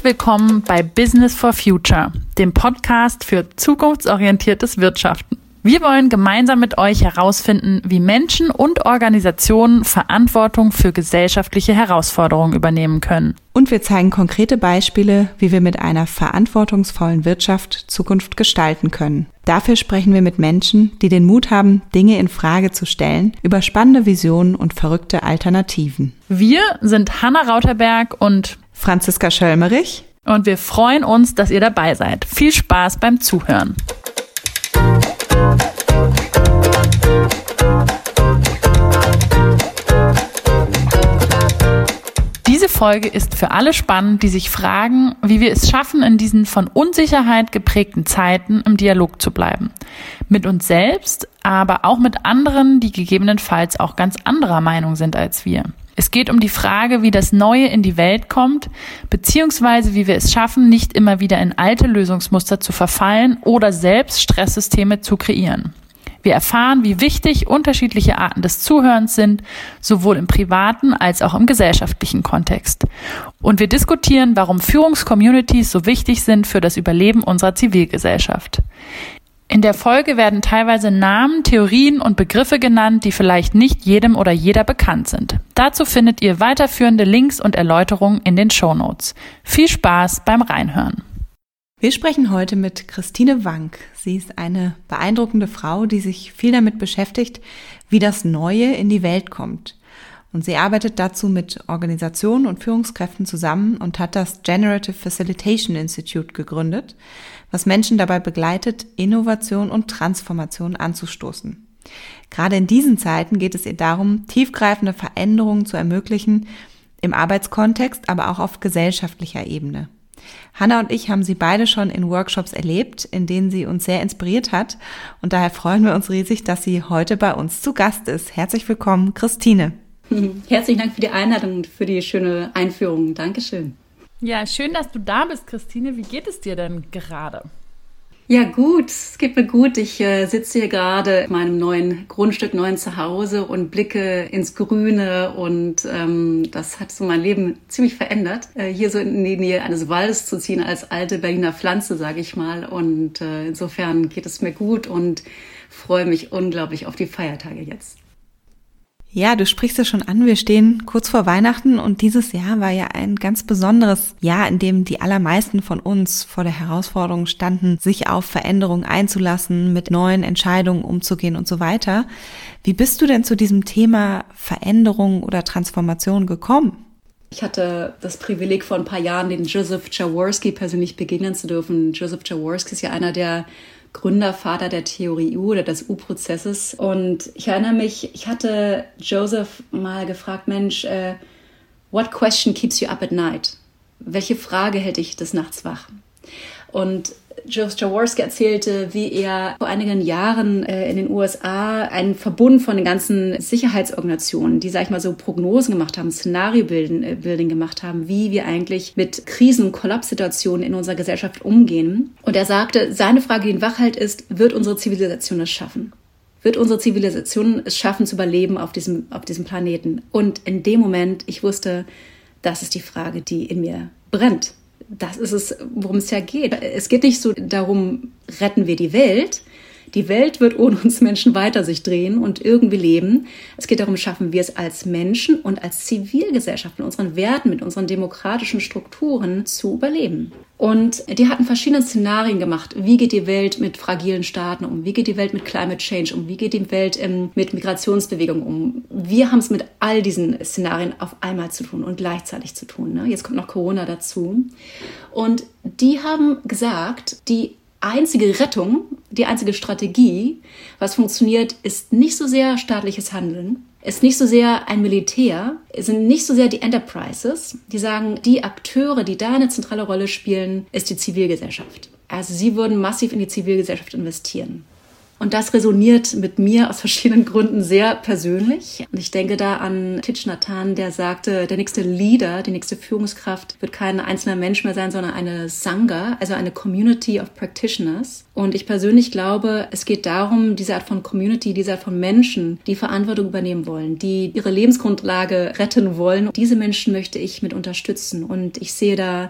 willkommen bei Business for Future, dem Podcast für zukunftsorientiertes Wirtschaften. Wir wollen gemeinsam mit euch herausfinden, wie Menschen und Organisationen Verantwortung für gesellschaftliche Herausforderungen übernehmen können. Und wir zeigen konkrete Beispiele, wie wir mit einer verantwortungsvollen Wirtschaft Zukunft gestalten können. Dafür sprechen wir mit Menschen, die den Mut haben, Dinge in Frage zu stellen, über spannende Visionen und verrückte Alternativen. Wir sind Hanna Rauterberg und Franziska Schöllmerich. Und wir freuen uns, dass ihr dabei seid. Viel Spaß beim Zuhören. Diese Folge ist für alle spannend, die sich fragen, wie wir es schaffen, in diesen von Unsicherheit geprägten Zeiten im Dialog zu bleiben. Mit uns selbst, aber auch mit anderen, die gegebenenfalls auch ganz anderer Meinung sind als wir. Es geht um die Frage, wie das Neue in die Welt kommt, beziehungsweise wie wir es schaffen, nicht immer wieder in alte Lösungsmuster zu verfallen oder selbst Stresssysteme zu kreieren. Wir erfahren, wie wichtig unterschiedliche Arten des Zuhörens sind, sowohl im privaten als auch im gesellschaftlichen Kontext. Und wir diskutieren, warum Führungscommunities so wichtig sind für das Überleben unserer Zivilgesellschaft. In der Folge werden teilweise Namen, Theorien und Begriffe genannt, die vielleicht nicht jedem oder jeder bekannt sind. Dazu findet ihr weiterführende Links und Erläuterungen in den Shownotes. Viel Spaß beim Reinhören. Wir sprechen heute mit Christine Wank. Sie ist eine beeindruckende Frau, die sich viel damit beschäftigt, wie das Neue in die Welt kommt. Und sie arbeitet dazu mit Organisationen und Führungskräften zusammen und hat das Generative Facilitation Institute gegründet, was Menschen dabei begleitet, Innovation und Transformation anzustoßen. Gerade in diesen Zeiten geht es ihr darum, tiefgreifende Veränderungen zu ermöglichen, im Arbeitskontext, aber auch auf gesellschaftlicher Ebene. Hanna und ich haben sie beide schon in Workshops erlebt, in denen sie uns sehr inspiriert hat. Und daher freuen wir uns riesig, dass sie heute bei uns zu Gast ist. Herzlich willkommen, Christine. Herzlichen Dank für die Einladung und für die schöne Einführung. Dankeschön. Ja, schön, dass du da bist, Christine. Wie geht es dir denn gerade? Ja, gut. Es geht mir gut. Ich sitze hier gerade in meinem neuen Grundstück, neuen Zuhause und blicke ins Grüne und das hat so mein Leben ziemlich verändert. Hier so in die Nähe eines Waldes zu ziehen als alte Berliner Pflanze, sage ich mal. Und insofern geht es mir gut und freue mich unglaublich auf die Feiertage jetzt. Ja, du sprichst es schon an, wir stehen kurz vor Weihnachten und dieses Jahr war ja ein ganz besonderes Jahr, in dem die allermeisten von uns vor der Herausforderung standen, sich auf Veränderungen einzulassen, mit neuen Entscheidungen umzugehen und so weiter. Wie bist du denn zu diesem Thema Veränderung oder Transformation gekommen? Ich hatte das Privileg, vor ein paar Jahren den Joseph Jaworski persönlich begegnen zu dürfen. Joseph Jaworski ist ja einer der Gründervater der Theorie U oder des U-Prozesses. Und ich erinnere mich, ich hatte Joseph mal gefragt, Mensch, what question keeps you up at night? Welche Frage hält dich des Nachts wach? Und Joseph Jaworski erzählte, wie er vor einigen Jahren in den USA einen Verbund von den ganzen Sicherheitsorganisationen, die, sag ich mal, so Prognosen gemacht haben, Szenario-Building gemacht haben, wie wir eigentlich mit Krisen- und Kollapssituationen in unserer Gesellschaft umgehen. Und er sagte, seine Frage, die ihn wach hält, ist, wird unsere Zivilisation es schaffen? Wird unsere Zivilisation es schaffen, zu überleben auf diesem Planeten? Und in dem Moment, ich wusste, das ist die Frage, die in mir brennt. Das ist es, worum es ja geht. Es geht nicht so darum, retten wir die Welt. Die Welt wird ohne uns Menschen weiter sich drehen und irgendwie leben. Es geht darum, schaffen wir es als Menschen und als Zivilgesellschaft mit unseren Werten, mit unseren demokratischen Strukturen zu überleben. Und die hatten verschiedene Szenarien gemacht. Wie geht die Welt mit fragilen Staaten um? Wie geht die Welt mit Climate Change um? Wie geht die Welt mit Migrationsbewegungen um? Wir haben es mit all diesen Szenarien auf einmal zu tun und gleichzeitig zu tun. Ne? Jetzt kommt noch Corona dazu. Und die haben gesagt, die einzige Rettung, die einzige Strategie, was funktioniert, ist nicht so sehr staatliches Handeln, ist nicht so sehr ein Militär, es sind nicht so sehr die Enterprises, die sagen, die Akteure, die da eine zentrale Rolle spielen, ist die Zivilgesellschaft. Also sie würden massiv in die Zivilgesellschaft investieren. Und das resoniert mit mir aus verschiedenen Gründen sehr persönlich. Und ich denke da an Thich Nhat Hanh, der sagte, der nächste Leader, die nächste Führungskraft wird kein einzelner Mensch mehr sein, sondern eine Sangha, also eine Community of Practitioners. Und ich persönlich glaube, es geht darum, diese Art von Community, diese Art von Menschen, die Verantwortung übernehmen wollen, die ihre Lebensgrundlage retten wollen. Diese Menschen möchte ich mit unterstützen. Und ich sehe da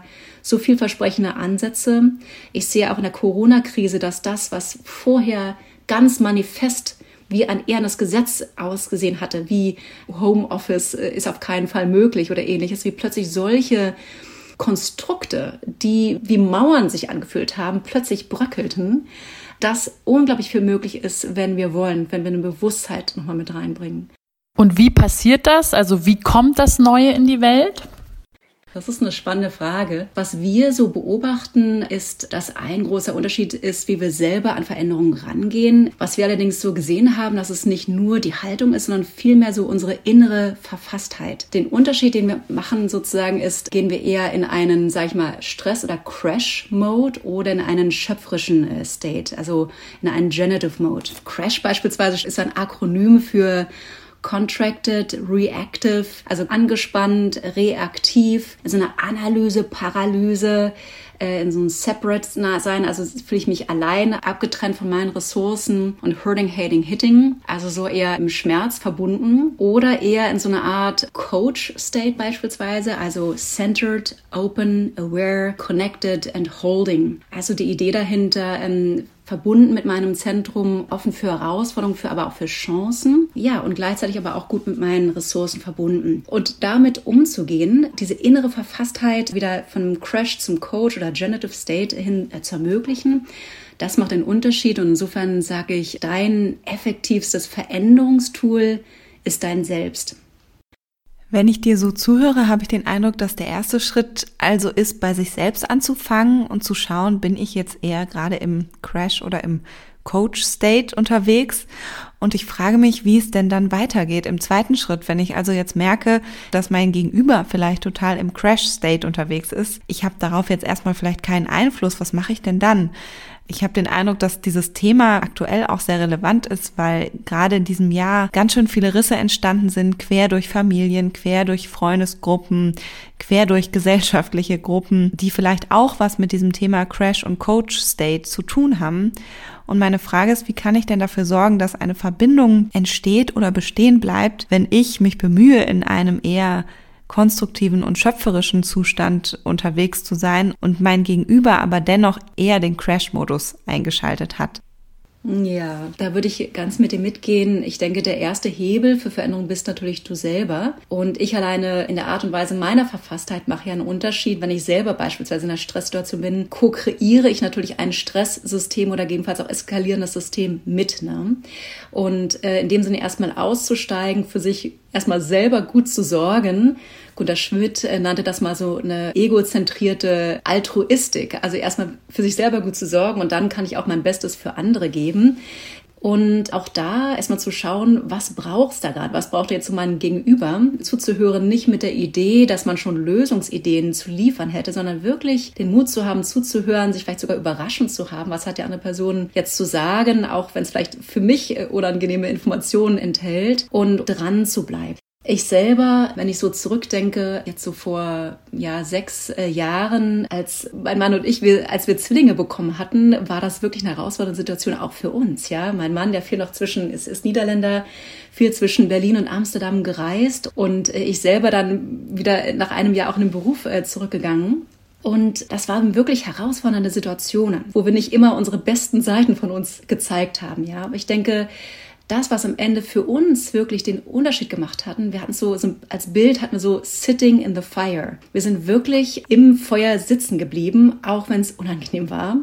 so vielversprechende Ansätze. Ich sehe auch in der Corona-Krise, dass das, was vorher ganz manifest wie ein ehrenes Gesetz ausgesehen hatte, wie Homeoffice ist auf keinen Fall möglich oder ähnliches, wie plötzlich solche Konstrukte, die wie Mauern sich angefühlt haben, plötzlich bröckelten, dass unglaublich viel möglich ist, wenn wir wollen, wenn wir eine Bewusstheit nochmal mit reinbringen. Und wie passiert das? Also wie kommt das Neue in die Welt? Das ist eine spannende Frage. Was wir so beobachten, ist, dass ein großer Unterschied ist, wie wir selber an Veränderungen rangehen. Was wir allerdings so gesehen haben, dass es nicht nur die Haltung ist, sondern vielmehr so unsere innere Verfasstheit. Den Unterschied, den wir machen sozusagen ist, gehen wir eher in einen, sag ich mal, Stress- oder Crash-Mode oder in einen schöpferischen State, also in einen Generative Mode. Crash beispielsweise ist ein Akronym für Contracted, Reactive, also angespannt, reaktiv, in so einer Analyse, Paralyse, in so einem Separate sein, also fühle ich mich allein, abgetrennt von meinen Ressourcen und Hurting, Hating, Hitting, also so eher im Schmerz verbunden oder eher in so einer Art Coach-State beispielsweise, also Centered, Open, Aware, Connected and Holding. Also die Idee dahinter, verbunden mit meinem Zentrum, offen für Herausforderungen, aber auch für Chancen. Ja, und gleichzeitig aber auch gut mit meinen Ressourcen verbunden. Und damit umzugehen, diese innere Verfasstheit wieder von einem Crash zum Coach oder Generative State hin zu ermöglichen, das macht den Unterschied. Und insofern sage ich, dein effektivstes Veränderungstool ist dein Selbst. Wenn ich dir so zuhöre, habe ich den Eindruck, dass der erste Schritt also ist, bei sich selbst anzufangen und zu schauen, bin ich jetzt eher gerade im Crash oder im Coach-State unterwegs? Und ich frage mich, wie es denn dann weitergeht im zweiten Schritt, wenn ich also jetzt merke, dass mein Gegenüber vielleicht total im Crash-State unterwegs ist. Ich habe darauf jetzt erstmal vielleicht keinen Einfluss. Was mache ich denn dann? Ich habe den Eindruck, dass dieses Thema aktuell auch sehr relevant ist, weil gerade in diesem Jahr ganz schön viele Risse entstanden sind, quer durch Familien, quer durch Freundesgruppen, quer durch gesellschaftliche Gruppen, die vielleicht auch was mit diesem Thema Crash und Coach State zu tun haben. Und meine Frage ist, wie kann ich denn dafür sorgen, dass eine Verbindung entsteht oder bestehen bleibt, wenn ich mich bemühe, in einem eher konstruktiven und schöpferischen Zustand unterwegs zu sein und mein Gegenüber aber dennoch eher den Crash-Modus eingeschaltet hat? Ja, da würde ich ganz mit dir mitgehen. Ich denke, der erste Hebel für Veränderung bist natürlich du selber. Und ich alleine in der Art und Weise meiner Verfasstheit mache ja einen Unterschied. Wenn ich selber beispielsweise in einer Stresssituation bin, ko-kreiere ich natürlich ein Stresssystem oder gegebenenfalls auch eskalierendes System mit. Ne? Und in dem Sinne erstmal auszusteigen, für sich erstmal selber gut zu sorgen. Gunter Schmidt nannte das mal so eine egozentrierte Altruistik. Also erstmal für sich selber gut zu sorgen und dann kann ich auch mein Bestes für andere geben. Und auch da erstmal zu schauen, was brauchst du da gerade? Was braucht ihr jetzt zu meinem Gegenüber? Zuzuhören, nicht mit der Idee, dass man schon Lösungsideen zu liefern hätte, sondern wirklich den Mut zu haben, zuzuhören, sich vielleicht sogar überraschend zu haben. Was hat die andere Person jetzt zu sagen, auch wenn es vielleicht für mich unangenehme Informationen enthält und dran zu bleiben. Ich selber, wenn ich so zurückdenke, jetzt so vor 6 Jahren, als mein Mann und ich, als wir Zwillinge bekommen hatten, war das wirklich eine herausfordernde Situation auch für uns. Ja, mein Mann, der viel noch ist Niederländer, viel zwischen Berlin und Amsterdam gereist und ich selber dann wieder nach einem Jahr auch in den Beruf zurückgegangen. Und das waren wirklich herausfordernde Situationen, wo wir nicht immer unsere besten Seiten von uns gezeigt haben. Ja, aber ich denke, das, was am Ende für uns wirklich den Unterschied gemacht hatten, wir hatten so als Bild hatten wir so sitting in the fire. Wir sind wirklich im Feuer sitzen geblieben, auch wenn es unangenehm war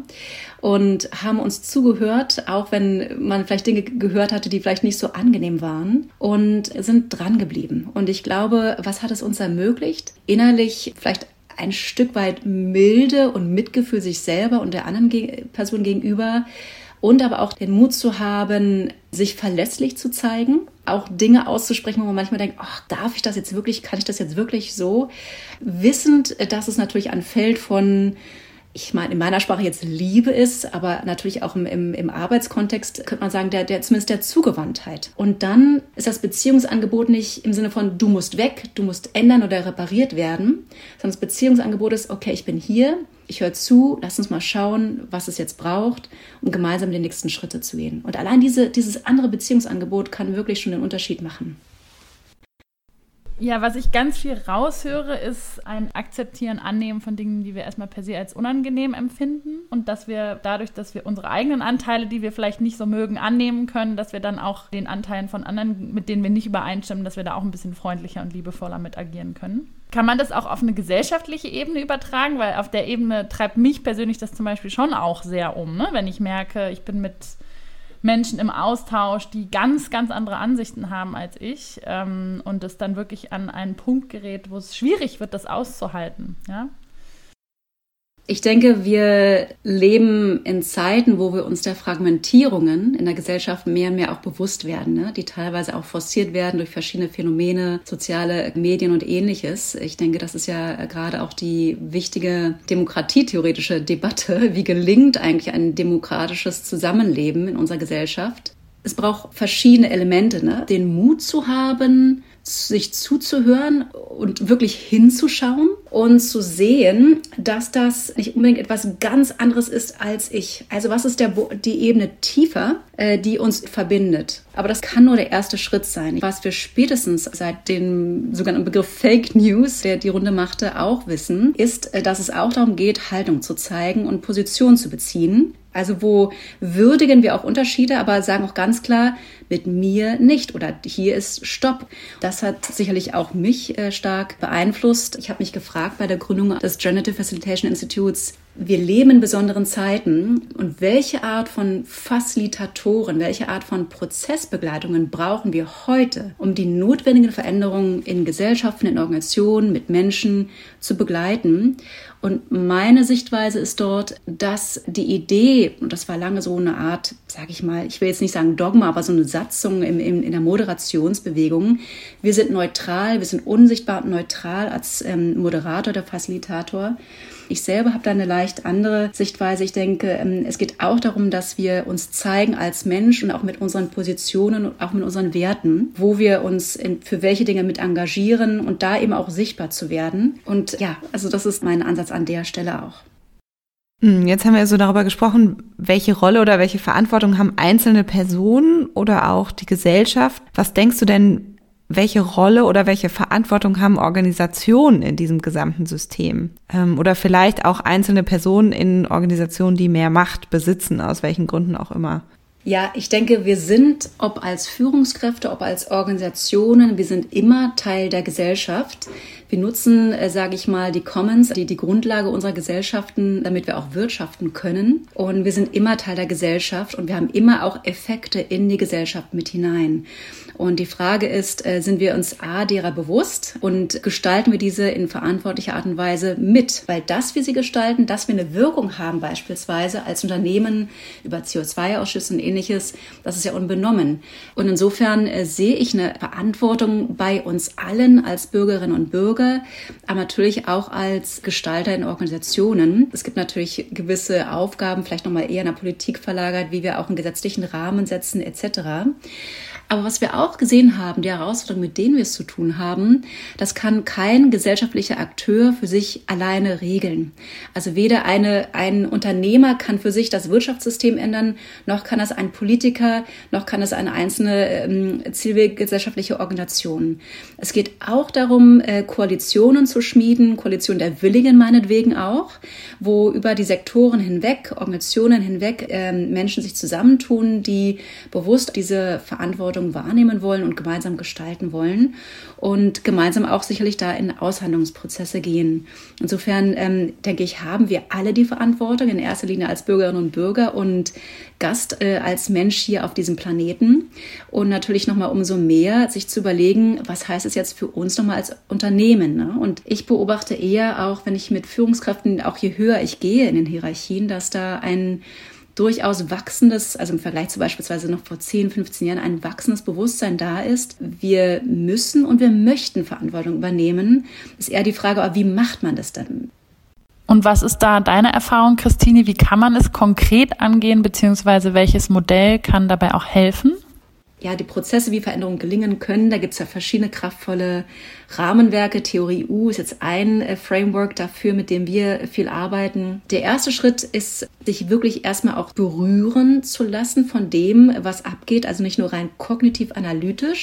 und haben uns zugehört, auch wenn man vielleicht Dinge gehört hatte, die vielleicht nicht so angenehm waren und sind dran geblieben. Und ich glaube, was hat es uns ermöglicht? Innerlich vielleicht ein Stück weit Milde und Mitgefühl sich selber und der anderen Person gegenüber. Und aber auch den Mut zu haben, sich verletzlich zu zeigen, auch Dinge auszusprechen, wo man manchmal denkt, ach, darf ich das jetzt wirklich, kann ich das jetzt wirklich so? Wissend, dass es natürlich ein Feld von, ich meine, in meiner Sprache jetzt Liebe ist, aber natürlich auch im Arbeitskontext könnte man sagen, zumindest der Zugewandtheit. Und dann ist das Beziehungsangebot nicht im Sinne von, du musst weg, du musst ändern oder repariert werden, sondern das Beziehungsangebot ist, okay, ich bin hier, ich höre zu, lass uns mal schauen, was es jetzt braucht, um gemeinsam die nächsten Schritte zu gehen. Und allein dieses andere Beziehungsangebot kann wirklich schon den Unterschied machen. Ja, was ich ganz viel raushöre, ist ein Akzeptieren, Annehmen von Dingen, die wir erstmal per se als unangenehm empfinden und dass wir dadurch, dass wir unsere eigenen Anteile, die wir vielleicht nicht so mögen, annehmen können, dass wir dann auch den Anteilen von anderen, mit denen wir nicht übereinstimmen, dass wir da auch ein bisschen freundlicher und liebevoller mit agieren können. Kann man das auch auf eine gesellschaftliche Ebene übertragen? Weil auf der Ebene treibt mich persönlich das zum Beispiel schon auch sehr um, ne? Wenn ich merke, ich bin mit Menschen im Austausch, die ganz, ganz andere Ansichten haben als ich und es dann wirklich an einen Punkt gerät, wo es schwierig wird, das auszuhalten. Ja? Ich denke, wir leben in Zeiten, wo wir uns der Fragmentierungen in der Gesellschaft mehr und mehr auch bewusst werden, ne? Die teilweise auch forciert werden durch verschiedene Phänomene, soziale Medien und Ähnliches. Ich denke, das ist ja gerade auch die wichtige demokratietheoretische Debatte. Wie gelingt eigentlich ein demokratisches Zusammenleben in unserer Gesellschaft? Es braucht verschiedene Elemente, ne? Den Mut zu haben, sich zuzuhören und wirklich hinzuschauen und zu sehen, dass das nicht unbedingt etwas ganz anderes ist als ich. Also was ist die Ebene tiefer, die uns verbindet? Aber das kann nur der erste Schritt sein. Was wir spätestens seit dem sogenannten Begriff Fake News, der die Runde machte, auch wissen, ist, dass es auch darum geht, Haltung zu zeigen und Position zu beziehen. Also wo würdigen wir auch Unterschiede, aber sagen auch ganz klar, mit mir nicht oder hier ist Stopp. Das hat sicherlich auch mich stark beeinflusst. Ich habe mich gefragt bei der Gründung des Generative Facilitation Institutes, wir leben in besonderen Zeiten und welche Art von Facilitatoren, welche Art von Prozessbegleitungen brauchen wir heute, um die notwendigen Veränderungen in Gesellschaften, in Organisationen, mit Menschen zu begleiten? Und meine Sichtweise ist dort, dass die Idee, und das war lange so eine Art, sage ich mal, ich will jetzt nicht sagen Dogma, aber so eine Satzung in der Moderationsbewegung, wir sind neutral, wir sind unsichtbar und neutral als Moderator oder Facilitator. Ich selber habe da eine leicht andere Sichtweise. Ich denke, es geht auch darum, dass wir uns zeigen als Mensch und auch mit unseren Positionen und auch mit unseren Werten, wo wir uns für welche Dinge mit engagieren und da eben auch sichtbar zu werden. Und ja, also das ist mein Ansatz an der Stelle auch. Jetzt haben wir so darüber gesprochen, welche Rolle oder welche Verantwortung haben einzelne Personen oder auch die Gesellschaft. Was denkst du denn, welche Rolle oder welche Verantwortung haben Organisationen in diesem gesamten System? Oder vielleicht auch einzelne Personen in Organisationen, die mehr Macht besitzen, aus welchen Gründen auch immer? Ja, ich denke, wir sind, ob als Führungskräfte, ob als Organisationen, wir sind immer Teil der Gesellschaft. Wir nutzen, sage ich mal, die Commons, die Grundlage unserer Gesellschaften, damit wir auch wirtschaften können. Und wir sind immer Teil der Gesellschaft und wir haben immer auch Effekte in die Gesellschaft mit hinein. Und die Frage ist, sind wir uns derer bewusst und gestalten wir diese in verantwortlicher Art und Weise mit? Weil dass wir sie gestalten, dass wir eine Wirkung haben beispielsweise als Unternehmen über CO2-Ausschüsse und Ähnliches, das ist ja unbenommen. Und insofern sehe ich eine Verantwortung bei uns allen als Bürgerinnen und Bürger, aber natürlich auch als Gestalter in Organisationen. Es gibt natürlich gewisse Aufgaben, vielleicht nochmal eher in der Politik verlagert, wie wir auch einen gesetzlichen Rahmen setzen etc. Aber was wir auch gesehen haben, die Herausforderungen, mit denen wir es zu tun haben, das kann kein gesellschaftlicher Akteur für sich alleine regeln. Also weder ein Unternehmer kann für sich das Wirtschaftssystem ändern, noch kann das ein Politiker, noch kann es eine einzelne zivilgesellschaftliche Organisation. Es geht auch darum, Koalitionen zu schmieden, Koalitionen der Willigen meinetwegen auch, wo über die Sektoren hinweg, Organisationen hinweg Menschen sich zusammentun, die bewusst diese Verantwortung wahrnehmen wollen und gemeinsam gestalten wollen und gemeinsam auch sicherlich da in Aushandlungsprozesse gehen. Insofern denke ich, haben wir alle die Verantwortung, in erster Linie als Bürgerinnen und Bürger und Gast als Mensch hier auf diesem Planeten und natürlich nochmal umso mehr sich zu überlegen, was heißt es jetzt für uns nochmal als Unternehmen, ne? Und ich beobachte eher auch, wenn ich mit Führungskräften, auch je höher ich gehe in den Hierarchien, dass da ein durchaus wachsendes, also im Vergleich zu beispielsweise noch vor 10, 15 Jahren, ein wachsendes Bewusstsein da ist. Wir müssen und wir möchten Verantwortung übernehmen. Ist eher die Frage, aber wie macht man das denn? Und was ist da deine Erfahrung, Christine? Wie kann man es konkret angehen, beziehungsweise welches Modell kann dabei auch helfen? Ja, die Prozesse, wie Veränderungen gelingen können, da gibt es ja verschiedene kraftvolle Rahmenwerke. Theorie U ist jetzt ein Framework dafür, mit dem wir viel arbeiten. Der erste Schritt ist, sich wirklich erstmal auch berühren zu lassen von dem, was abgeht. Also nicht nur rein kognitiv-analytisch,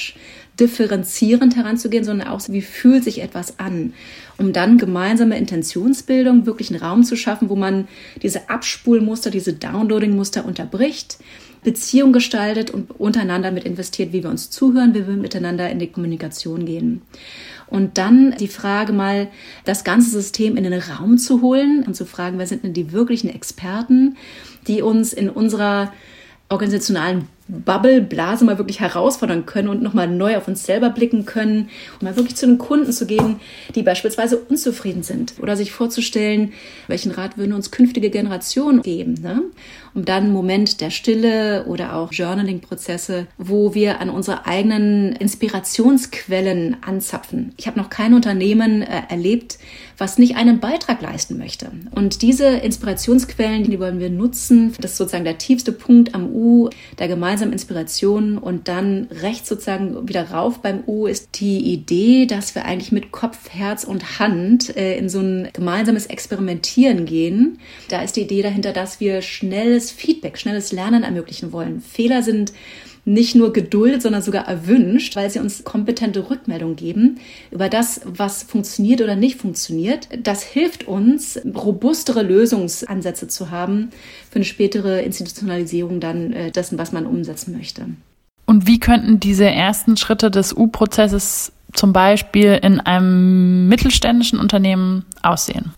differenzierend heranzugehen, sondern auch, wie fühlt sich etwas an, um dann gemeinsame Intentionsbildung, wirklich einen Raum zu schaffen, wo man diese Abspulmuster, diese Downloading-Muster unterbricht, Beziehung gestaltet und untereinander mit investiert, wie wir uns zuhören, wie wir miteinander in die Kommunikation gehen. Und dann die Frage mal, das ganze System in den Raum zu holen und zu fragen, wer sind denn die wirklichen Experten, die uns in unserer organisationalen Bubble-Blase mal wirklich herausfordern können und nochmal neu auf uns selber blicken können und mal wirklich zu den Kunden zu gehen, die beispielsweise unzufrieden sind oder sich vorzustellen, welchen Rat würden uns künftige Generationen geben, ne? Um dann einen Moment der Stille oder auch Journaling-Prozesse, wo wir an unsere eigenen Inspirationsquellen anzapfen. Ich habe noch kein Unternehmen erlebt, was nicht einen Beitrag leisten möchte. Und diese Inspirationsquellen, die wollen wir nutzen. Das ist sozusagen der tiefste Punkt am U der gemeinsamen Inspiration. Und dann rechts sozusagen wieder rauf beim U ist die Idee, dass wir eigentlich mit Kopf, Herz und Hand in so ein gemeinsames Experimentieren gehen. Da ist die Idee dahinter, dass wir schnelles Feedback, schnelles Lernen ermöglichen wollen. Fehler sind nicht nur geduldet, sondern sogar erwünscht, weil sie uns kompetente Rückmeldung geben über das, was funktioniert oder nicht funktioniert. Das hilft uns, robustere Lösungsansätze zu haben für eine spätere Institutionalisierung dann dessen, was man umsetzen möchte. Und wie könnten diese ersten Schritte des U-Prozesses zum Beispiel in einem mittelständischen Unternehmen aussehen?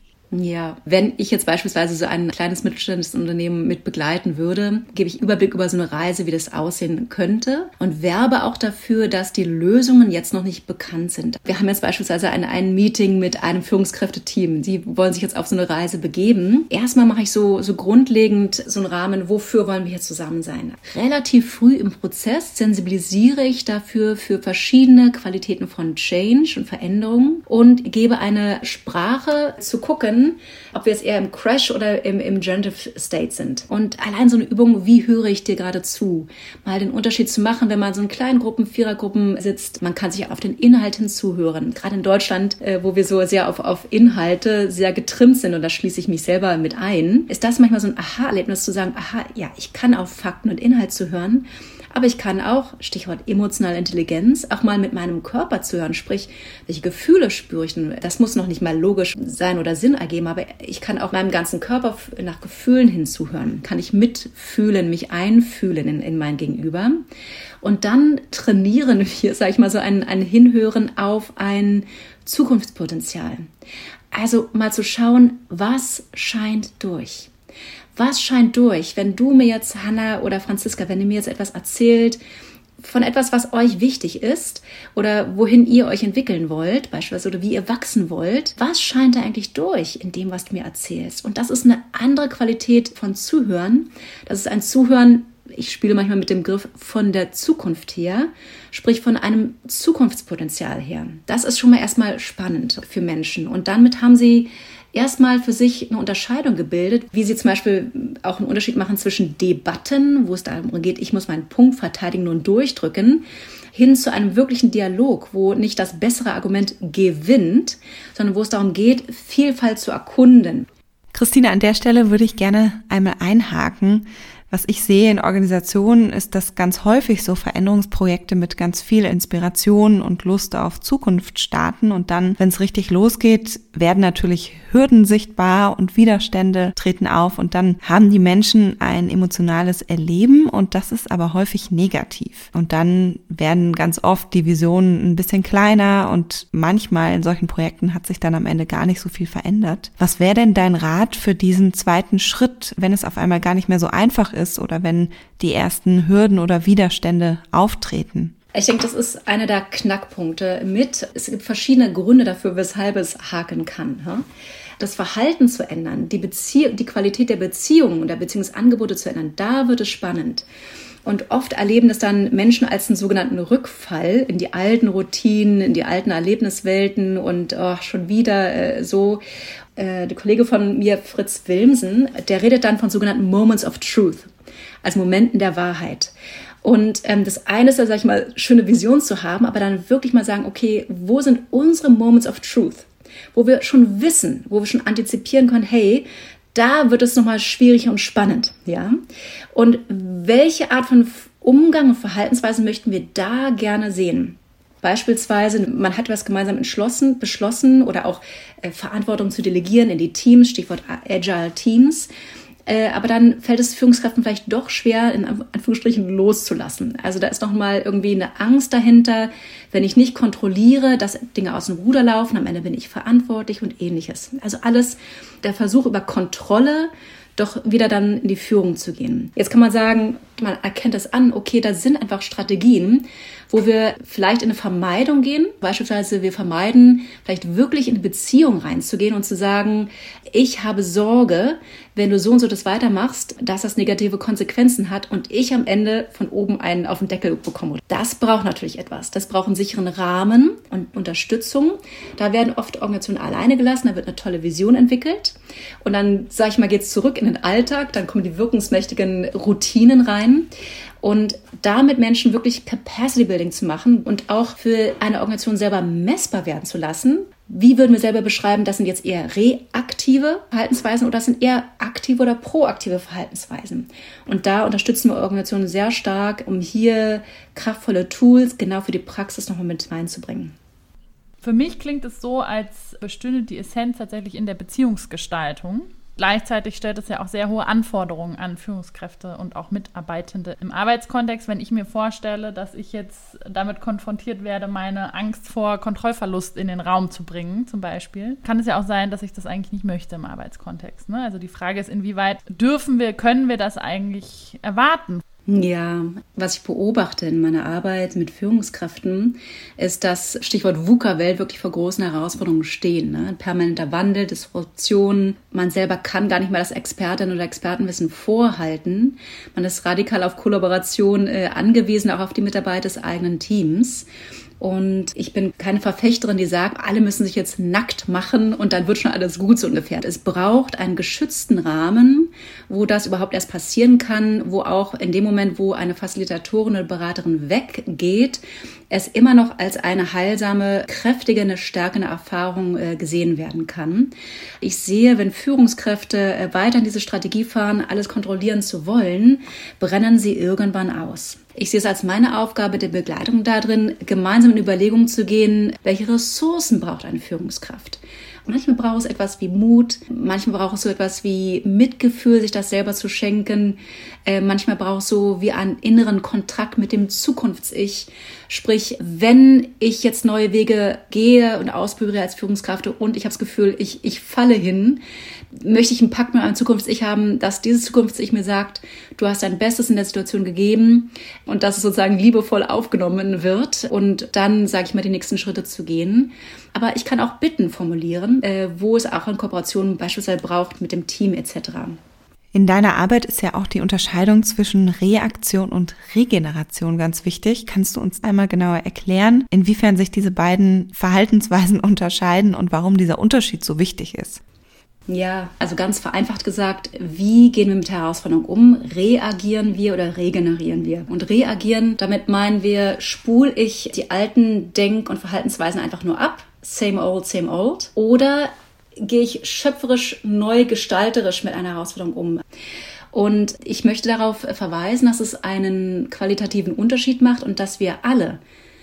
Ja, wenn ich jetzt beispielsweise so ein kleines mittelständisches Unternehmen mit begleiten würde, gebe ich Überblick über so eine Reise, wie das aussehen könnte und werbe auch dafür, dass die Lösungen jetzt noch nicht bekannt sind. Wir haben jetzt beispielsweise ein Meeting mit einem Führungskräfteteam. Die wollen sich jetzt auf so eine Reise begeben. Erstmal mache ich so grundlegend so einen Rahmen, wofür wollen wir hier zusammen sein. Relativ früh im Prozess sensibilisiere ich dafür für verschiedene Qualitäten von Change und Veränderung und gebe eine Sprache zu gucken, ob wir jetzt eher im Crash oder im Generative State sind. Und allein so eine Übung, wie höre ich dir gerade zu? Mal den Unterschied zu machen, wenn man so in kleinen Gruppen, Vierergruppen sitzt, man kann sich auf den Inhalt hinzuhören. Gerade in Deutschland, wo wir so sehr auf Inhalte sehr getrimmt sind, und da schließe ich mich selber mit ein, ist das manchmal so ein Aha-Erlebnis zu sagen, aha, ja, ich kann auf Fakten und Inhalt zuhören, aber ich kann auch, Stichwort emotionale Intelligenz, auch mal mit meinem Körper zuhören, sprich, welche Gefühle spüre ich denn? Das muss noch nicht mal logisch sein oder Sinn ergeben, aber ich kann auch meinem ganzen Körper nach Gefühlen hinzuhören, kann ich mitfühlen, mich einfühlen in mein Gegenüber. Und dann trainieren wir, sage ich mal, so ein Hinhören auf ein Zukunftspotenzial. Also mal zu schauen, was scheint durch? Was scheint durch, wenn du mir jetzt, Hanna oder Franziska, wenn ihr mir jetzt etwas erzählt von etwas, was euch wichtig ist oder wohin ihr euch entwickeln wollt, beispielsweise, oder wie ihr wachsen wollt, was scheint da eigentlich durch in dem, was du mir erzählst? Und das ist eine andere Qualität von Zuhören. Das ist ein Zuhören, ich spiele manchmal mit dem Begriff von der Zukunft her, sprich von einem Zukunftspotenzial her. Das ist schon mal erstmal spannend für Menschen. Und damit haben sie erstmal für sich eine Unterscheidung gebildet, wie sie zum Beispiel auch einen Unterschied machen zwischen Debatten, wo es darum geht, ich muss meinen Punkt verteidigen und durchdrücken, hin zu einem wirklichen Dialog, wo nicht das bessere Argument gewinnt, sondern wo es darum geht, Vielfalt zu erkunden. Christine, an der Stelle würde ich gerne einmal einhaken. Was ich sehe in Organisationen ist, dass ganz häufig so Veränderungsprojekte mit ganz viel Inspiration und Lust auf Zukunft starten und dann, wenn es richtig losgeht, werden natürlich Hürden sichtbar und Widerstände treten auf und dann haben die Menschen ein emotionales Erleben und das ist aber häufig negativ. Und dann werden ganz oft die Visionen ein bisschen kleiner und manchmal in solchen Projekten hat sich dann am Ende gar nicht so viel verändert. Was wäre denn dein Rat für diesen zweiten Schritt, wenn es auf einmal gar nicht mehr so einfach ist oder wenn die ersten Hürden oder Widerstände auftreten? Ich denke, das ist einer der Knackpunkte mit. Es gibt verschiedene Gründe dafür, weshalb es haken kann. Das Verhalten zu ändern, die Qualität der Beziehungen und der Beziehungsangebote zu ändern, da wird es spannend. Und oft erleben das dann Menschen als einen sogenannten Rückfall in die alten Routinen, in die alten Erlebniswelten und schon wieder so. Der Kollege von mir, Fritz Wilmsen, der redet dann von sogenannten Moments of Truth, also Momenten der Wahrheit. Und das eine ist ja, sag ich mal, schöne Vision zu haben, aber dann wirklich mal sagen, okay, wo sind unsere Moments of Truth? Wo wir schon wissen, wo wir schon antizipieren können, hey, da wird es nochmal schwierig und spannend, ja? Und welche Art von Umgang und Verhaltensweisen möchten wir da gerne sehen. Beispielsweise, man hat was gemeinsam beschlossen oder auch Verantwortung zu delegieren in die Teams, Stichwort Agile Teams. Aber dann fällt es Führungskräften vielleicht doch schwer, in Anführungsstrichen loszulassen. Also da ist nochmal irgendwie eine Angst dahinter, wenn ich nicht kontrolliere, dass Dinge aus dem Ruder laufen, am Ende bin ich verantwortlich und Ähnliches. Also alles der Versuch über Kontrolle, doch wieder dann in die Führung zu gehen. Jetzt kann man sagen, man erkennt das an, okay, da sind einfach Strategien, wo wir vielleicht in eine Vermeidung gehen. Beispielsweise wir vermeiden, vielleicht wirklich in eine Beziehung reinzugehen und zu sagen, ich habe Sorge, wenn du so und so das weitermachst, dass das negative Konsequenzen hat und ich am Ende von oben einen auf den Deckel bekomme. Das braucht natürlich etwas. Das braucht einen sicheren Rahmen und Unterstützung. Da werden oft Organisationen alleine gelassen, da wird eine tolle Vision entwickelt. Und dann, sage ich mal, geht es zurück in den Alltag, dann kommen die wirkungsmächtigen Routinen rein. Und damit Menschen wirklich Capacity Building zu machen und auch für eine Organisation selber messbar werden zu lassen. Wie würden wir selber beschreiben, das sind jetzt eher reaktive Verhaltensweisen oder das sind eher aktive oder proaktive Verhaltensweisen? Und da unterstützen wir Organisationen sehr stark, um hier kraftvolle Tools genau für die Praxis nochmal mit reinzubringen. Für mich klingt es so, als bestünde die Essenz tatsächlich in der Beziehungsgestaltung. Gleichzeitig stellt es ja auch sehr hohe Anforderungen an Führungskräfte und auch Mitarbeitende im Arbeitskontext. Wenn ich mir vorstelle, dass ich jetzt damit konfrontiert werde, meine Angst vor Kontrollverlust in den Raum zu bringen, zum Beispiel, kann es ja auch sein, dass ich das eigentlich nicht möchte im Arbeitskontext. Ne? Also die Frage ist, inwieweit können wir das eigentlich erwarten? Ja, was ich beobachte in meiner Arbeit mit Führungskräften, ist, dass Stichwort VUCA-Welt wirklich vor großen Herausforderungen stehen. Ne? Ein permanenter Wandel, Disruption. Man selber kann gar nicht mehr das Expertin- oder Expertenwissen vorhalten. Man ist radikal auf Kollaboration angewiesen, auch auf die Mitarbeiter des eigenen Teams. Und ich bin keine Verfechterin, die sagt, alle müssen sich jetzt nackt machen und dann wird schon alles gut, so ungefähr. Es braucht einen geschützten Rahmen, wo das überhaupt erst passieren kann, wo auch in dem Moment, wo eine Facilitatorin oder Beraterin weggeht, es immer noch als eine heilsame, kräftige, eine stärkende Erfahrung gesehen werden kann. Ich sehe, wenn Führungskräfte weiter in diese Strategie fahren, alles kontrollieren zu wollen, brennen sie irgendwann aus. Ich sehe es als meine Aufgabe der Begleitung darin, gemeinsam in Überlegungen zu gehen, welche Ressourcen braucht eine Führungskraft. Manchmal braucht es etwas wie Mut, manchmal braucht es so etwas wie Mitgefühl, sich das selber zu schenken. Manchmal braucht es so wie einen inneren Kontrakt mit dem Zukunfts-Ich. Sprich, wenn ich jetzt neue Wege gehe und ausprobiere als Führungskraft und ich habe das Gefühl, ich falle hin, möchte ich einen Pakt mit einem Zukunfts-Ich haben, dass dieses Zukunfts-Ich mir sagt, du hast dein Bestes in der Situation gegeben und dass es sozusagen liebevoll aufgenommen wird und dann, sage ich mal, die nächsten Schritte zu gehen. Aber ich kann auch Bitten formulieren, wo es auch eine Kooperation beispielsweise braucht mit dem Team etc. In deiner Arbeit ist ja auch die Unterscheidung zwischen Reaktion und Regeneration ganz wichtig. Kannst du uns einmal genauer erklären, inwiefern sich diese beiden Verhaltensweisen unterscheiden und warum dieser Unterschied so wichtig ist? Ja, also ganz vereinfacht gesagt, wie gehen wir mit Herausforderungen um? Reagieren wir oder regenerieren wir? Und reagieren, damit meinen wir, spule ich die alten Denk- und Verhaltensweisen einfach nur ab? Same old, oder gehe ich schöpferisch, neu gestalterisch mit einer Herausforderung um? Und ich möchte darauf verweisen, dass es einen qualitativen Unterschied macht und dass wir alle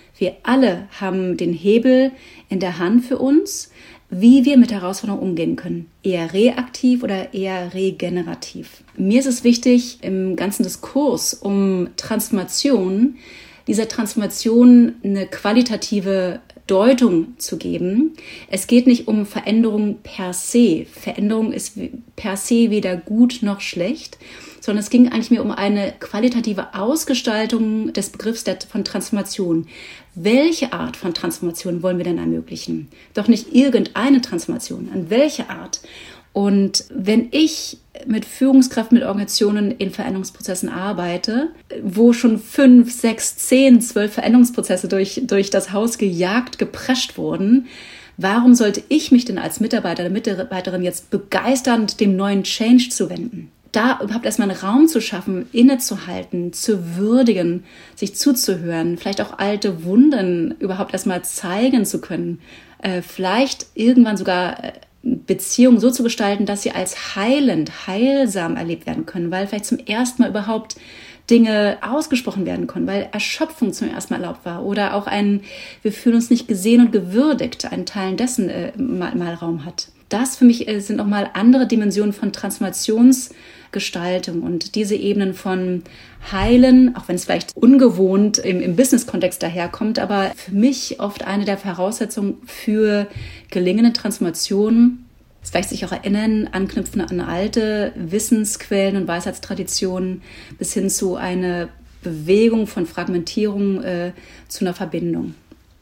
haben den Hebel in der Hand für uns, wie wir mit Herausforderungen umgehen können. Eher reaktiv oder eher regenerativ. Mir ist es wichtig, im ganzen Diskurs um Transformation, dieser Transformation eine qualitative Deutung zu geben. Es geht nicht um Veränderung per se. Veränderung ist per se weder gut noch schlecht, sondern es ging eigentlich mehr um eine qualitative Ausgestaltung des Begriffs von Transformation. Welche Art von Transformation wollen wir denn ermöglichen? Doch nicht irgendeine Transformation. An welche Art? Und wenn ich mit Führungskräften, mit Organisationen in Veränderungsprozessen arbeite, wo schon 5, 6, 10, 12 Veränderungsprozesse durch das Haus geprescht wurden, warum sollte ich mich denn als Mitarbeiter oder Mitarbeiterin jetzt begeisternd dem neuen Change zuwenden? Da überhaupt erstmal einen Raum zu schaffen, innezuhalten, zu würdigen, sich zuzuhören, vielleicht auch alte Wunden überhaupt erstmal zeigen zu können, vielleicht irgendwann sogar Beziehungen so zu gestalten, dass sie als heilsam erlebt werden können, weil vielleicht zum ersten Mal überhaupt Dinge ausgesprochen werden konnten, weil Erschöpfung zum ersten Mal erlaubt war oder auch wir fühlen uns nicht gesehen und gewürdigt, einen Teil dessen mal Raum hat. Das für mich sind nochmal andere Dimensionen von Transformationsgestaltung und diese Ebenen von Heilen, auch wenn es vielleicht ungewohnt im Business-Kontext daherkommt, aber für mich oft eine der Voraussetzungen für gelingende Transformationen. Das vielleicht sich auch erinnern, anknüpfen an alte Wissensquellen und Weisheitstraditionen bis hin zu einer Bewegung von Fragmentierung zu einer Verbindung.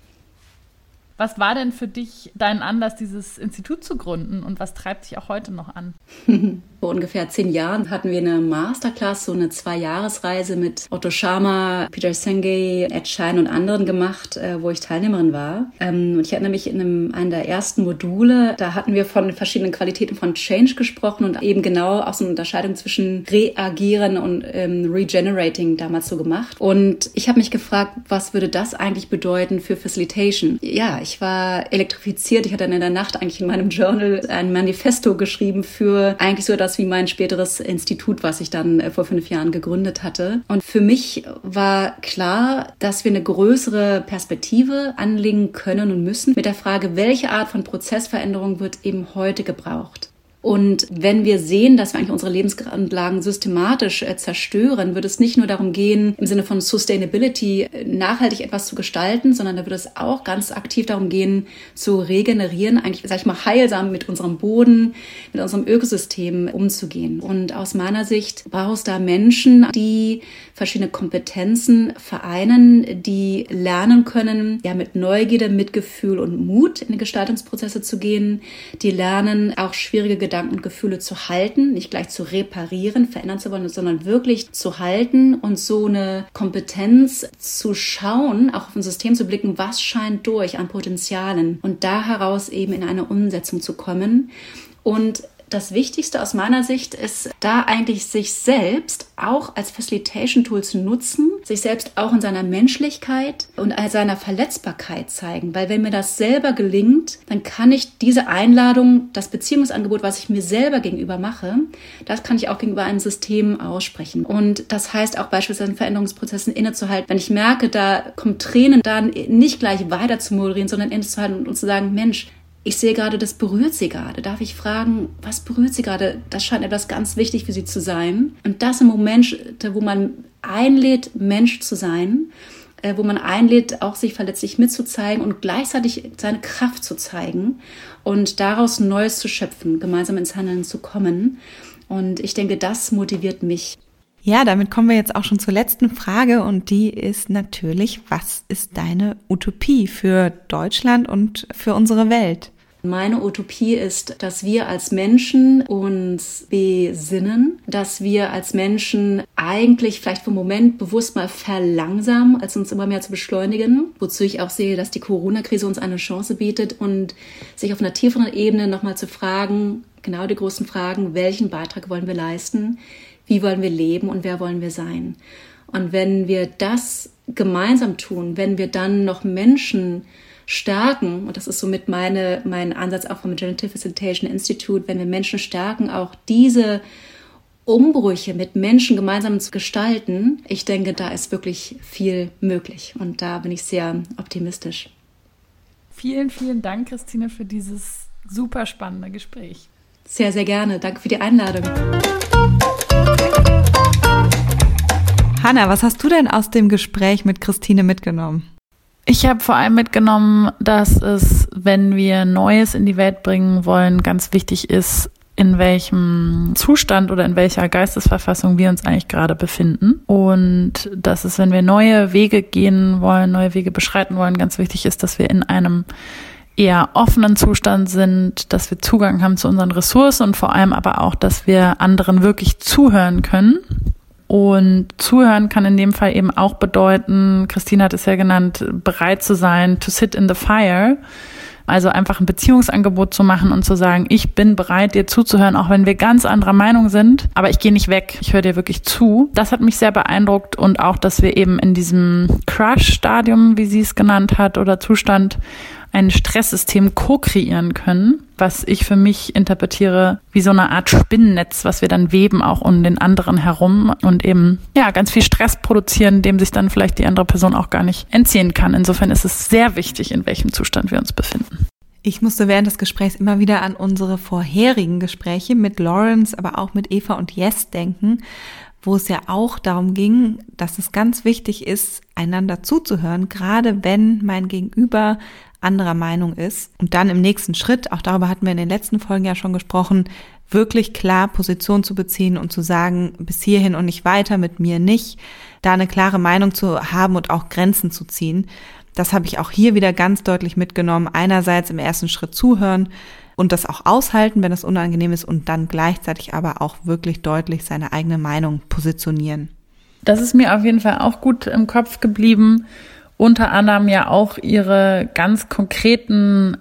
Was war denn für dich dein Anlass, dieses Institut zu gründen und was treibt dich auch heute noch an? Vor ungefähr 10 Jahren hatten wir eine Masterclass, so eine 2-Jahresreise mit Otto Scharmer, Peter Senge, Ed Schein und anderen gemacht, wo ich Teilnehmerin war. Und ich erinnere mich in einem der ersten Module, da hatten wir von verschiedenen Qualitäten von Change gesprochen und eben genau auch so eine Unterscheidung zwischen Reagieren und Regenerating damals so gemacht. Und ich habe mich gefragt, was würde das eigentlich bedeuten für Facilitation? Ja, ich war elektrifiziert. Ich hatte dann in der Nacht eigentlich in meinem Journal ein Manifesto geschrieben für eigentlich so das wie mein späteres Institut, was ich dann vor 5 Jahren gegründet hatte. Und für mich war klar, dass wir eine größere Perspektive anlegen können und müssen mit der Frage, welche Art von Prozessveränderung wird eben heute gebraucht. Und wenn wir sehen, dass wir eigentlich unsere Lebensgrundlagen systematisch zerstören, wird es nicht nur darum gehen, im Sinne von Sustainability nachhaltig etwas zu gestalten, sondern da wird es auch ganz aktiv darum gehen, zu regenerieren, eigentlich, sag ich mal, heilsam mit unserem Boden, mit unserem Ökosystem umzugehen. Und aus meiner Sicht braucht es da Menschen, die verschiedene Kompetenzen vereinen, die lernen können, ja, mit Neugierde, Mitgefühl und Mut in die Gestaltungsprozesse zu gehen, die lernen, auch schwierige Gedanken und Gefühle zu halten, nicht gleich zu reparieren, verändern zu wollen, sondern wirklich zu halten und so eine Kompetenz zu schauen, auch auf ein System zu blicken, was scheint durch an Potenzialen und da heraus eben in eine Umsetzung zu kommen. Und das Wichtigste aus meiner Sicht ist, da eigentlich sich selbst auch als Facilitation-Tool zu nutzen, sich selbst auch in seiner Menschlichkeit und seiner Verletzbarkeit zeigen. Weil wenn mir das selber gelingt, dann kann ich diese Einladung, das Beziehungsangebot, was ich mir selber gegenüber mache, das kann ich auch gegenüber einem System aussprechen. Und das heißt auch beispielsweise in Veränderungsprozessen innezuhalten. Wenn ich merke, da kommen Tränen, dann nicht gleich weiter zu moderieren, sondern innezuhalten und zu sagen, Mensch, ich sehe gerade, das berührt Sie gerade. Darf ich fragen, was berührt Sie gerade? Das scheint etwas ganz wichtig für Sie zu sein. Und das im Moment, wo man einlädt, Mensch zu sein, wo man einlädt, auch sich verletzlich mitzuzeigen und gleichzeitig seine Kraft zu zeigen und daraus Neues zu schöpfen, gemeinsam ins Handeln zu kommen. Und ich denke, das motiviert mich. Ja, damit kommen wir jetzt auch schon zur letzten Frage und die ist natürlich, was ist deine Utopie für Deutschland und für unsere Welt? Meine Utopie ist, dass wir als Menschen uns besinnen, dass wir als Menschen eigentlich vielleicht für einen Moment bewusst mal verlangsamen, als uns immer mehr zu beschleunigen. Wozu ich auch sehe, dass die Corona-Krise uns eine Chance bietet und sich auf einer tieferen Ebene nochmal zu fragen, genau die großen Fragen, welchen Beitrag wollen wir leisten, wie wollen wir leben und wer wollen wir sein? Und wenn wir das gemeinsam tun, wenn wir dann noch Menschen stärken, und das ist somit mein Ansatz auch vom Generative Facilitation Institute, wenn wir Menschen stärken, auch diese Umbrüche mit Menschen gemeinsam zu gestalten, ich denke, da ist wirklich viel möglich und da bin ich sehr optimistisch. Vielen, vielen Dank, Christine, für dieses super spannende Gespräch. Sehr, sehr gerne. Danke für die Einladung. Hanna, was hast du denn aus dem Gespräch mit Christine mitgenommen? Ich habe vor allem mitgenommen, dass es, wenn wir Neues in die Welt bringen wollen, ganz wichtig ist, in welchem Zustand oder in welcher Geistesverfassung wir uns eigentlich gerade befinden. Und dass es, wenn wir neue Wege gehen wollen, neue Wege beschreiten wollen, ganz wichtig ist, dass wir in einem eher offenen Zustand sind, dass wir Zugang haben zu unseren Ressourcen und vor allem aber auch, dass wir anderen wirklich zuhören können. Und zuhören kann in dem Fall eben auch bedeuten, Christine hat es ja genannt, bereit zu sein, to sit in the fire. Also einfach ein Beziehungsangebot zu machen und zu sagen, ich bin bereit, dir zuzuhören, auch wenn wir ganz anderer Meinung sind, aber ich gehe nicht weg, ich höre dir wirklich zu. Das hat mich sehr beeindruckt und auch, dass wir eben in diesem Crush-Stadium, wie sie es genannt hat, oder Zustand, ein Stresssystem co-kreieren können, was ich für mich interpretiere wie so eine Art Spinnennetz, was wir dann weben auch um den anderen herum und eben ganz viel Stress produzieren, dem sich dann vielleicht die andere Person auch gar nicht entziehen kann. Insofern ist es sehr wichtig, in welchem Zustand wir uns befinden. Ich musste während des Gesprächs immer wieder an unsere vorherigen Gespräche mit Lawrence, aber auch mit Eva und Jess denken, wo es ja auch darum ging, dass es ganz wichtig ist, einander zuzuhören, gerade wenn mein Gegenüber anderer Meinung ist. Und dann im nächsten Schritt, auch darüber hatten wir in den letzten Folgen ja schon gesprochen, wirklich klar Position zu beziehen und zu sagen, bis hierhin und nicht weiter, mit mir nicht, da eine klare Meinung zu haben und auch Grenzen zu ziehen. Das habe ich auch hier wieder ganz deutlich mitgenommen. Einerseits im ersten Schritt zuhören und das auch aushalten, wenn es unangenehm ist, und dann gleichzeitig aber auch wirklich deutlich seine eigene Meinung positionieren. Das ist mir auf jeden Fall auch gut im Kopf geblieben. Unter anderem ja auch ihre ganz konkreten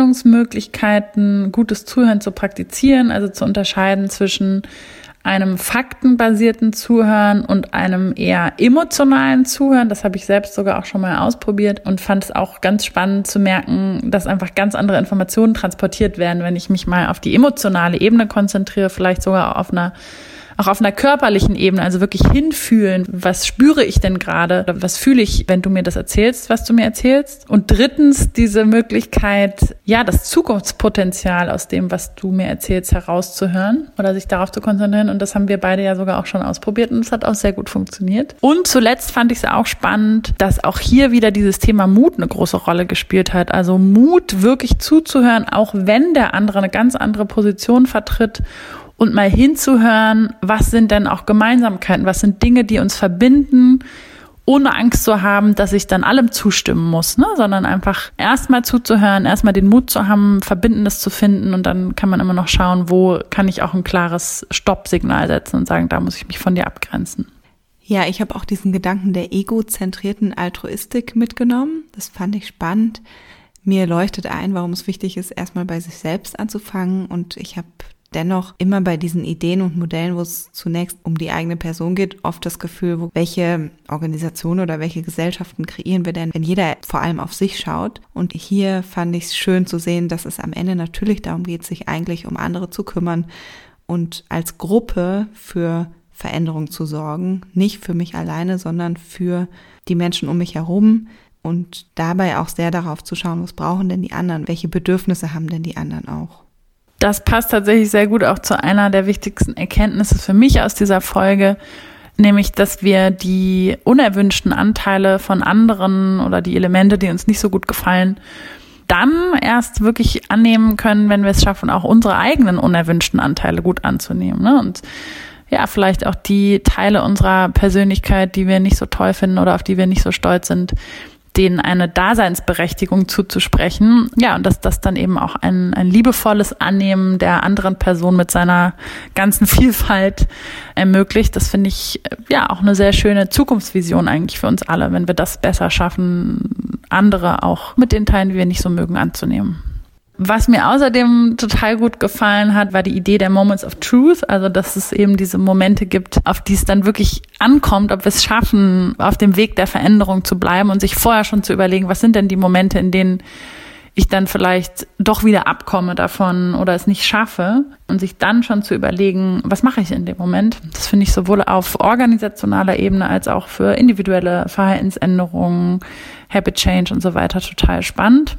Anwendungsmöglichkeiten, gutes Zuhören zu praktizieren, also zu unterscheiden zwischen einem faktenbasierten Zuhören und einem eher emotionalen Zuhören. Das habe ich selbst sogar auch schon mal ausprobiert und fand es auch ganz spannend zu merken, dass einfach ganz andere Informationen transportiert werden, wenn ich mich mal auf die emotionale Ebene konzentriere, vielleicht sogar auf einer körperlichen Ebene, also wirklich hinfühlen, was spüre ich denn gerade, was fühle ich, wenn du mir das erzählst, was du mir erzählst. Und drittens diese Möglichkeit, das Zukunftspotenzial aus dem, was du mir erzählst, herauszuhören oder sich darauf zu konzentrieren. Und das haben wir beide ja sogar auch schon ausprobiert und es hat auch sehr gut funktioniert. Und zuletzt fand ich es auch spannend, dass auch hier wieder dieses Thema Mut eine große Rolle gespielt hat. Also Mut, wirklich zuzuhören, auch wenn der andere eine ganz andere Position vertritt. Und mal hinzuhören, was sind denn auch Gemeinsamkeiten, was sind Dinge, die uns verbinden, ohne Angst zu haben, dass ich dann allem zustimmen muss, sondern einfach erstmal zuzuhören, erstmal den Mut zu haben, Verbindendes zu finden, und dann kann man immer noch schauen, wo kann ich auch ein klares Stoppsignal setzen und sagen, da muss ich mich von dir abgrenzen. Ja, ich habe auch diesen Gedanken der egozentrierten Altruistik mitgenommen. Das fand ich spannend. Mir leuchtet ein, warum es wichtig ist, erstmal bei sich selbst anzufangen, und ich habe dennoch immer bei diesen Ideen und Modellen, wo es zunächst um die eigene Person geht, oft das Gefühl, welche Organisationen oder welche Gesellschaften kreieren wir denn, wenn jeder vor allem auf sich schaut. Und hier fand ich es schön zu sehen, dass es am Ende natürlich darum geht, sich eigentlich um andere zu kümmern und als Gruppe für Veränderung zu sorgen. Nicht für mich alleine, sondern für die Menschen um mich herum. Und dabei auch sehr darauf zu schauen, was brauchen denn die anderen, welche Bedürfnisse haben denn die anderen auch. Das passt tatsächlich sehr gut auch zu einer der wichtigsten Erkenntnisse für mich aus dieser Folge, nämlich, dass wir die unerwünschten Anteile von anderen oder die Elemente, die uns nicht so gut gefallen, dann erst wirklich annehmen können, wenn wir es schaffen, auch unsere eigenen unerwünschten Anteile gut anzunehmen, Und vielleicht auch die Teile unserer Persönlichkeit, die wir nicht so toll finden oder auf die wir nicht so stolz sind, denen eine Daseinsberechtigung zuzusprechen. Und dass das dann eben auch ein liebevolles Annehmen der anderen Person mit seiner ganzen Vielfalt ermöglicht. Das finde ich auch eine sehr schöne Zukunftsvision eigentlich für uns alle, wenn wir das besser schaffen, andere auch mit den Teilen, die wir nicht so mögen, anzunehmen. Was mir außerdem total gut gefallen hat, war die Idee der Moments of Truth, also dass es eben diese Momente gibt, auf die es dann wirklich ankommt, ob wir es schaffen, auf dem Weg der Veränderung zu bleiben und sich vorher schon zu überlegen, was sind denn die Momente, in denen ich dann vielleicht doch wieder abkomme davon oder es nicht schaffe, und sich dann schon zu überlegen, was mache ich in dem Moment. Das finde ich sowohl auf organisationaler Ebene als auch für individuelle Verhaltensänderungen, Habit Change und so weiter total spannend.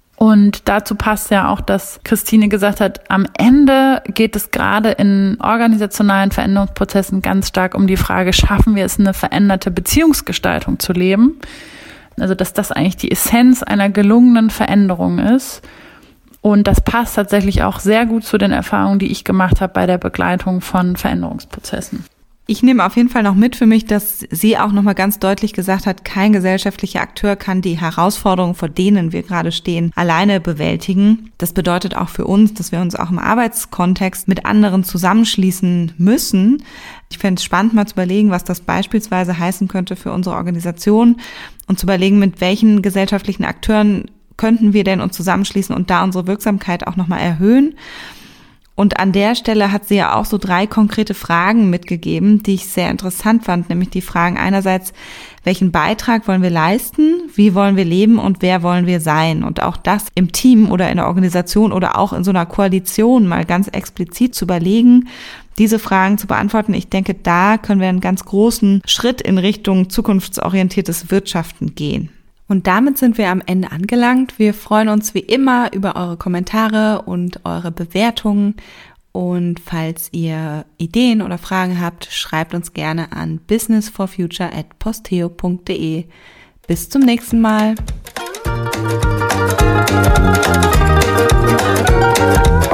Und dazu passt ja auch, dass Christine gesagt hat, am Ende geht es gerade in organisationalen Veränderungsprozessen ganz stark um die Frage, schaffen wir es, eine veränderte Beziehungsgestaltung zu leben? Also, dass das eigentlich die Essenz einer gelungenen Veränderung ist. Und das passt tatsächlich auch sehr gut zu den Erfahrungen, die ich gemacht habe bei der Begleitung von Veränderungsprozessen. Ich nehme auf jeden Fall noch mit für mich, dass sie auch nochmal ganz deutlich gesagt hat, kein gesellschaftlicher Akteur kann die Herausforderungen, vor denen wir gerade stehen, alleine bewältigen. Das bedeutet auch für uns, dass wir uns auch im Arbeitskontext mit anderen zusammenschließen müssen. Ich fände es spannend, mal zu überlegen, was das beispielsweise heißen könnte für unsere Organisation und zu überlegen, mit welchen gesellschaftlichen Akteuren könnten wir denn uns zusammenschließen und da unsere Wirksamkeit auch nochmal erhöhen. Und an der Stelle hat sie ja auch so 3 konkrete Fragen mitgegeben, die ich sehr interessant fand, nämlich die Fragen einerseits, welchen Beitrag wollen wir leisten, wie wollen wir leben und wer wollen wir sein. Und auch das im Team oder in der Organisation oder auch in so einer Koalition mal ganz explizit zu überlegen, diese Fragen zu beantworten. Ich denke, da können wir einen ganz großen Schritt in Richtung zukunftsorientiertes Wirtschaften gehen. Und damit sind wir am Ende angelangt. Wir freuen uns wie immer über eure Kommentare und eure Bewertungen. Und falls ihr Ideen oder Fragen habt, schreibt uns gerne an businessforfuture@posteo.de. Bis zum nächsten Mal.